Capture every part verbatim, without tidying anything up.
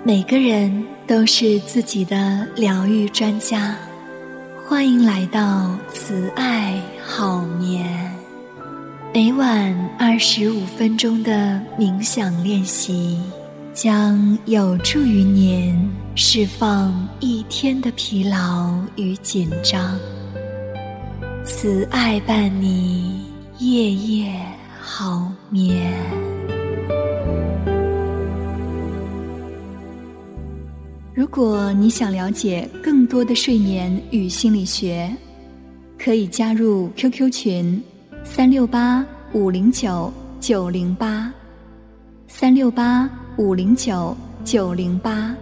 每个人都是自己的疗愈专家，欢迎来到慈爱好眠。每晚二十五分钟的冥想练习，将有助于您释放一天的疲劳与紧张。慈爱伴你夜夜好眠。如果你想了解更多的睡眠与心理学，可以加入 Q Q 群三六八五零九九零八三六八五零九九零八。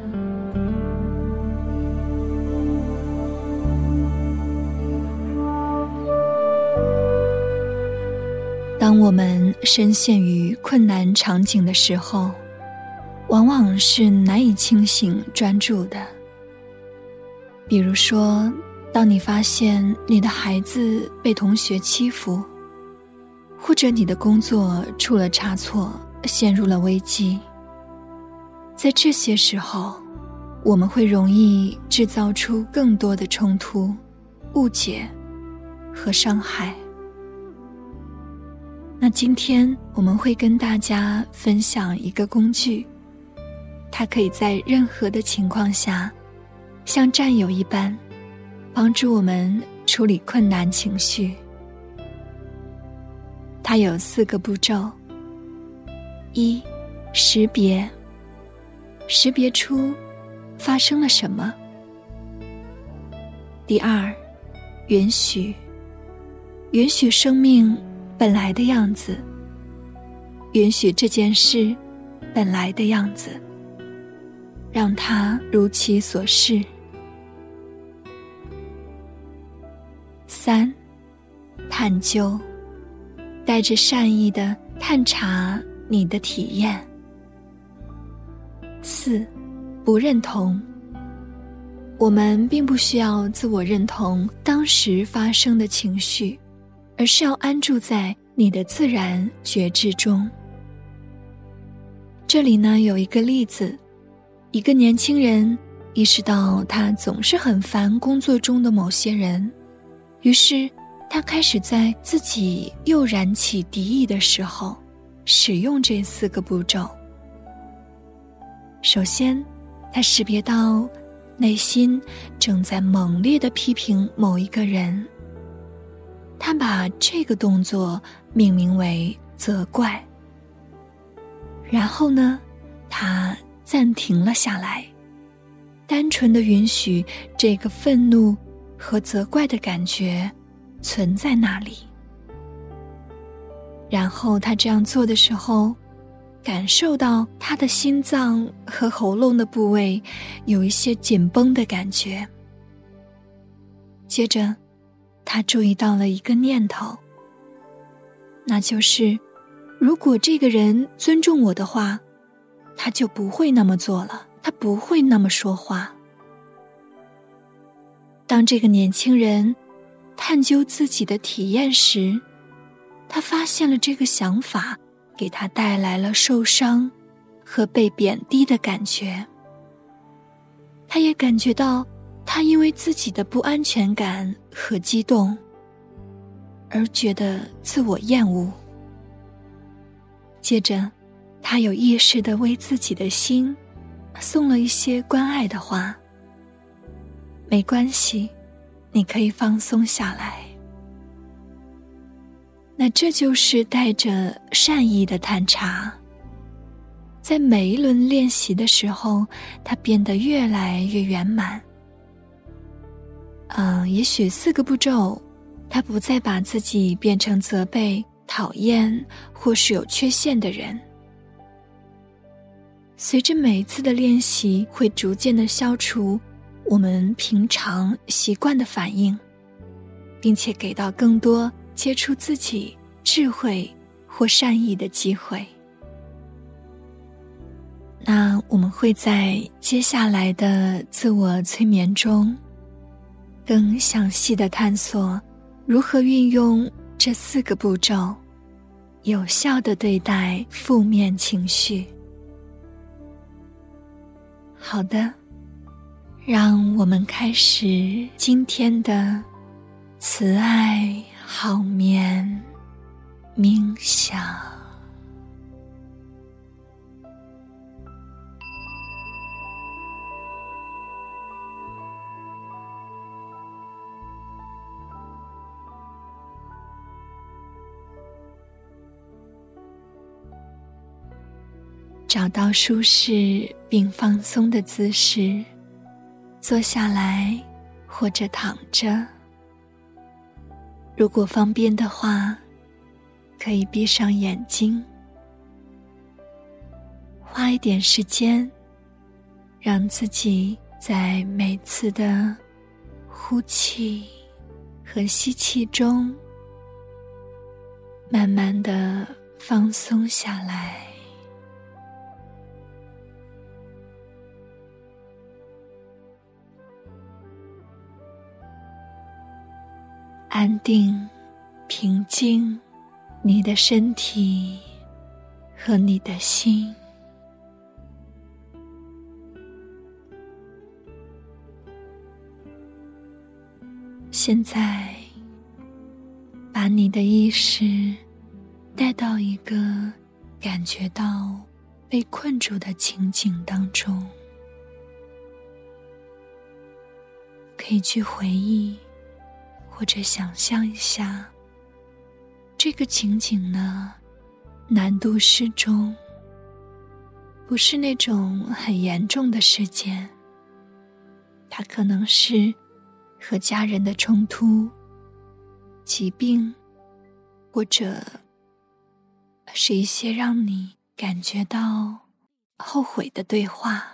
当我们深陷于困难场景的时候，往往是难以清醒专注的。比如说，当你发现你的孩子被同学欺负，或者你的工作出了差错，陷入了危机，在这些时候，我们会容易制造出更多的冲突、误解和伤害。那今天我们会跟大家分享一个工具，它可以在任何的情况下，像战友一般，帮助我们处理困难情绪。它有四个步骤：一、识别，识别出发生了什么；第二，允许，允许生命本来的样子，允许这件事本来的样子，让它如其所是。三、探究，带着善意的探查你的体验。四、不认同，我们并不需要自我认同当时发生的情绪，而是要安住在你的自然觉知中。这里呢，有一个例子，一个年轻人意识到他总是很烦工作中的某些人，于是他开始在自己又燃起敌意的时候，使用这四个步骤。首先，他识别到内心正在猛烈地批评某一个人，他把这个动作命名为责怪。然后呢，他暂停了下来，单纯地允许这个愤怒和责怪的感觉存在那里。然后他这样做的时候，感受到他的心脏和喉咙的部位有一些紧绷的感觉。接着他注意到了一个念头，那就是如果这个人尊重我的话，他就不会那么做了，他不会那么说话。当这个年轻人探究自己的体验时，他发现了这个想法给他带来了受伤和被贬低的感觉。他也感觉到他因为自己的不安全感和激动而觉得自我厌恶。接着他有意识地为自己的心送了一些关爱的话，没关系，你可以放松下来。那这就是带着善意的探查。在每一轮练习的时候，它变得越来越圆满。嗯，也许四个步骤，他不再把自己变成责备、讨厌或是有缺陷的人。随着每一次的练习，会逐渐地消除我们平常习惯的反应，并且给到更多接触自己智慧或善意的机会。那我们会在接下来的自我催眠中更详细地探索如何运用这四个步骤，有效地对待负面情绪。 好的，让我们开始今天的慈爱好眠冥想。找到舒适并放松的姿势，坐下来或者躺着。如果方便的话，可以闭上眼睛，花一点时间，让自己在每次的呼气和吸气中，慢慢地放松下来。安定、平静你的身体和你的心。现在，把你的意识带到一个感觉到被困住的情景当中，可以去回忆或者想象一下，这个情景呢，难度适中，不是那种很严重的事件，它可能是和家人的冲突、疾病，或者是一些让你感觉到后悔的对话。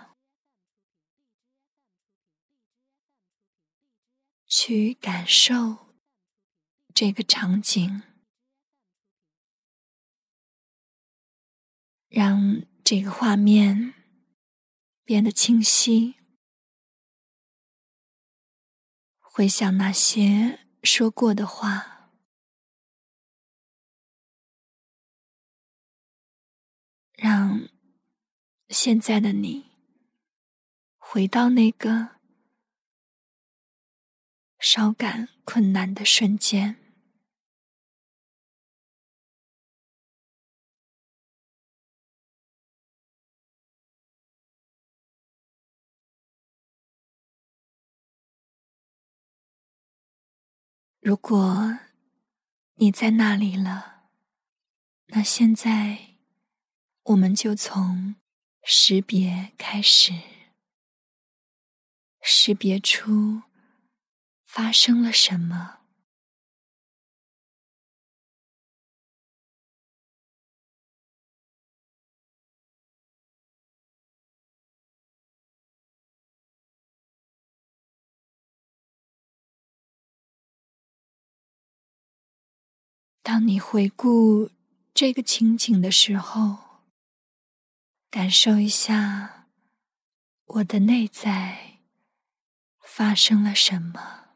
去感受这个场景，让这个画面变得清晰，回想那些说过的话，让现在的你回到那个稍感困难的瞬间。如果你在那里了，那现在我们就从识别开始，识别出发生了什么。当你回顾这个情景的时候，感受一下我的内在发生了什么。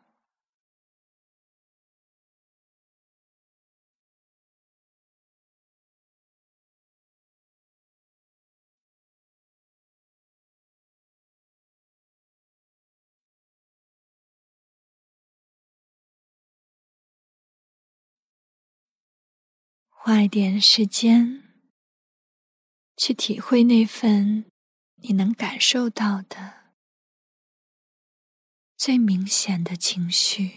花一点时间去体会那份你能感受到的最明显的情绪。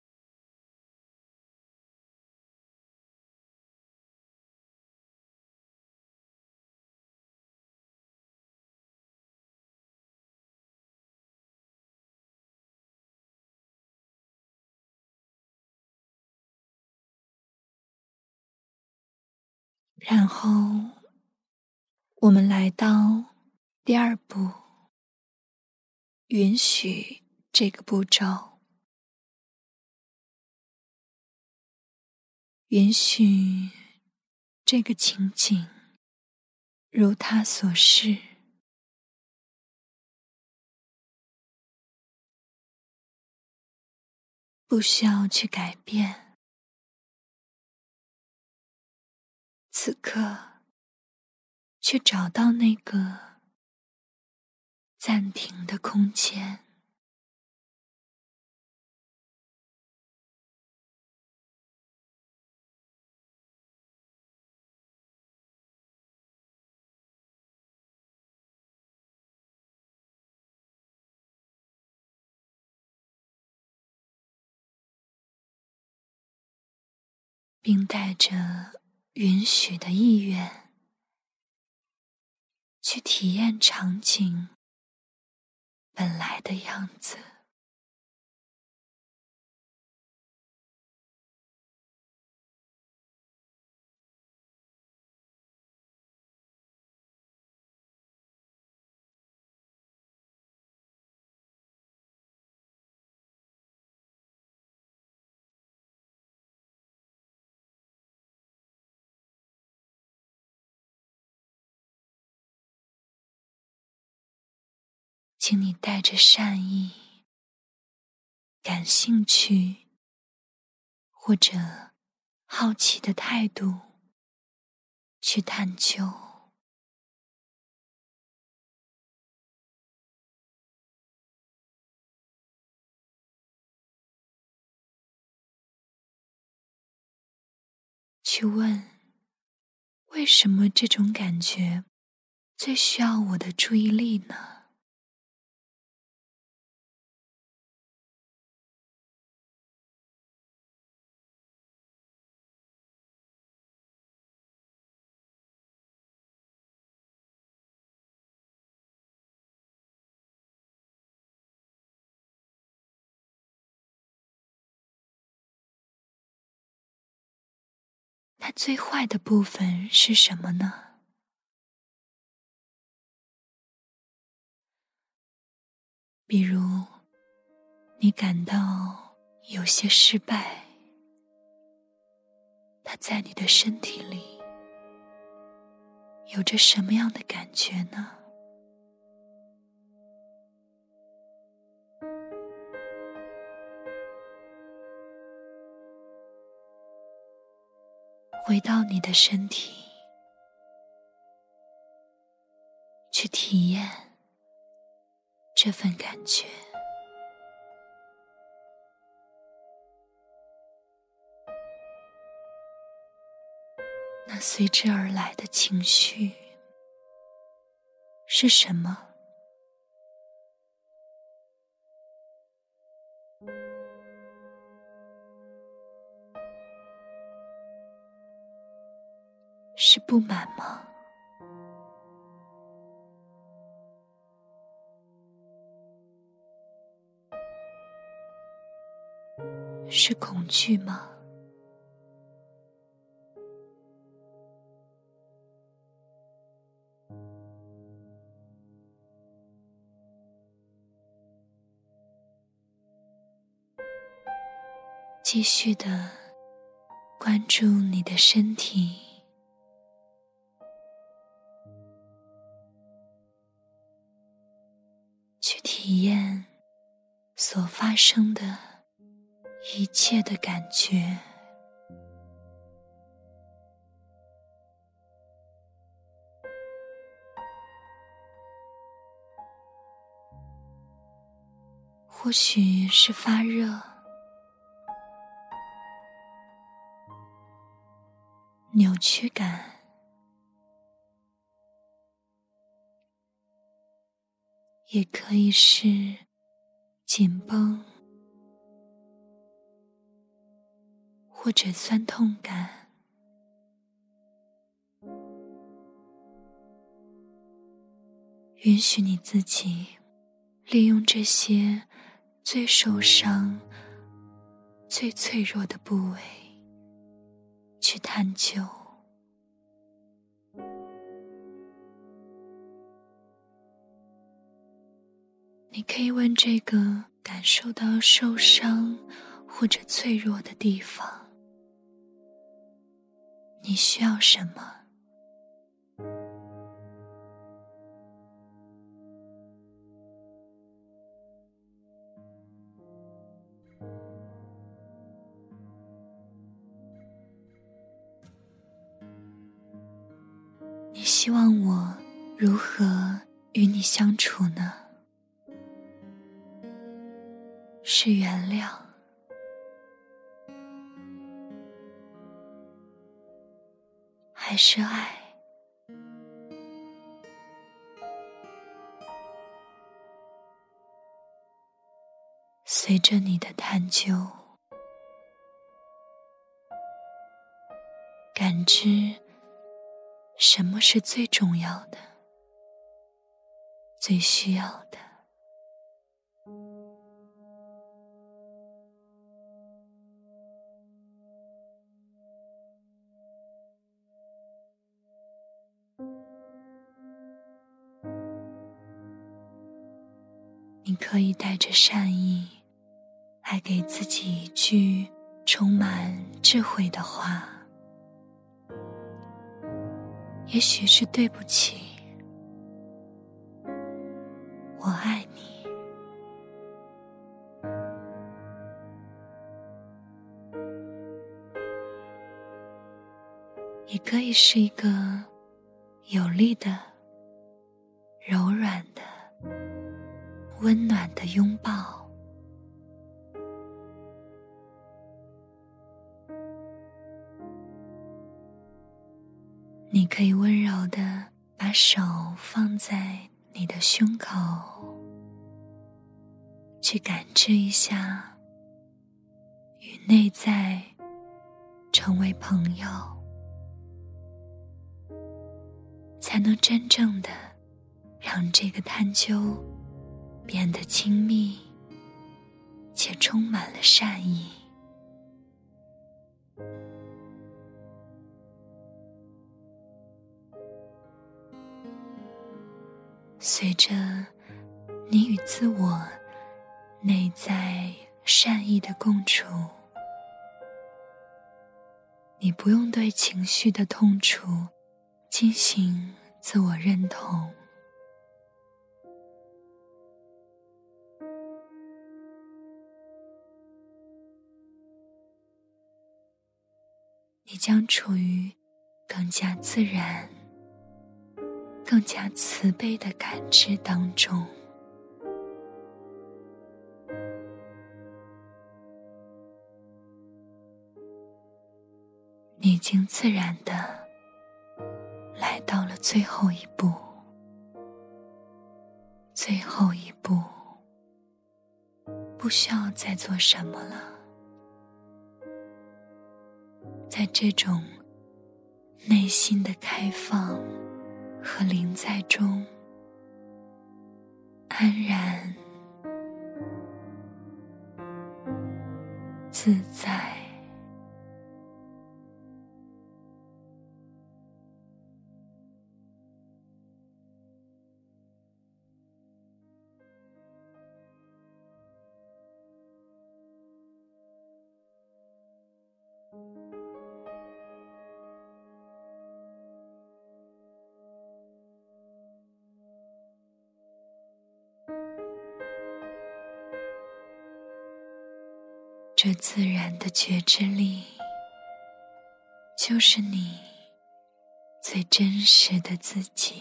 然后我们来到第二步，允许这个步骤，允许这个情景如它所示，不需要去改变。此刻，去找到那个暂停的空间。并带着允许的意愿，去体验场景本来的样子。请你带着善意、感兴趣或者好奇的态度去探究。去问，为什么这种感觉最需要我的注意力呢？它最坏的部分是什么呢？比如，你感到有些失败，它在你的身体里有着什么样的感觉呢？回到你的身体，去体验这份感觉。那随之而来的情绪是什么？是不满吗？是恐惧吗？继续地关注你的身体，去体验所发生的一切的感觉。或许是发热、扭曲感，也可以是紧绷或者酸痛感。允许你自己利用这些最受伤、最脆弱的部位去探究。你可以问这个感受到受伤或者脆弱的地方，你需要什么？你希望我如何与你相处呢？ 是原谅，还是爱？随着你的探究，感知什么是最重要的，最需要的。你可以带着善意，来给自己一句充满智慧的话，也许是对不起，我爱你。也可以是一个有力的、柔软的、温暖的拥抱。你可以温柔地把手放在你的胸口，去感知一下，与内在成为朋友，才能真正的让这个探究变得亲密且充满了善意。随着你与自我内在善意的共处，你不用对情绪的痛楚进行自我认同，你将处于更加自然、更加慈悲的感知当中。你已经自然地来到了最后一步，最后一步，不需要再做什么了。在这种内心的开放和临在中，安然自在。这自然的觉知力，就是你最真实的自己。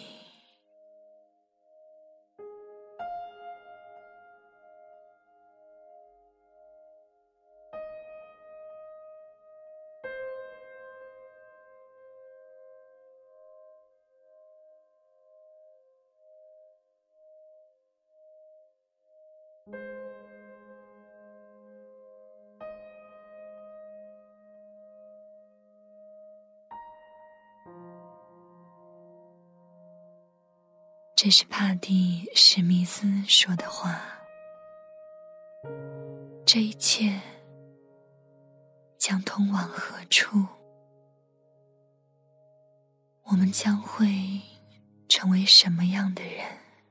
这是帕蒂·史密斯说的话。这一切将通往何处？我们将会成为什么样的人？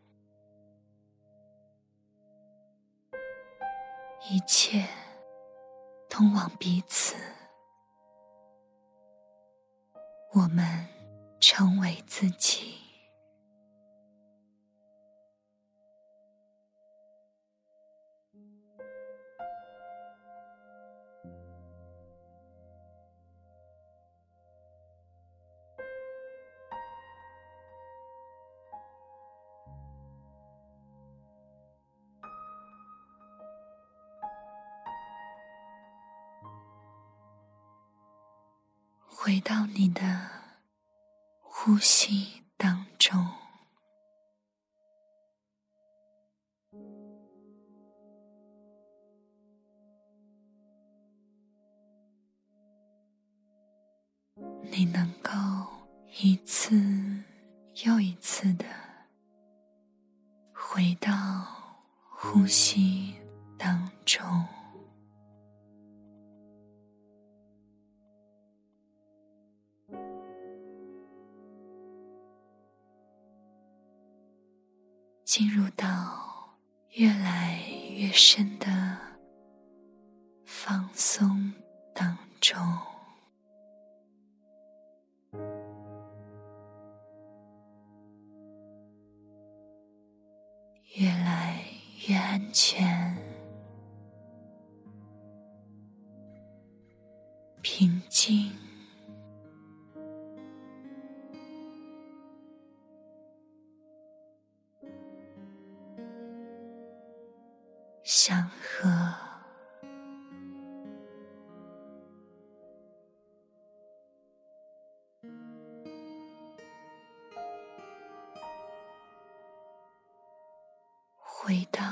一切通往彼此，我们成为自己。 回到你的呼吸当中。你能够一次又一次地回到呼吸当中，进入到越来越深的放松当中，越来越安全、平静、祥和。回到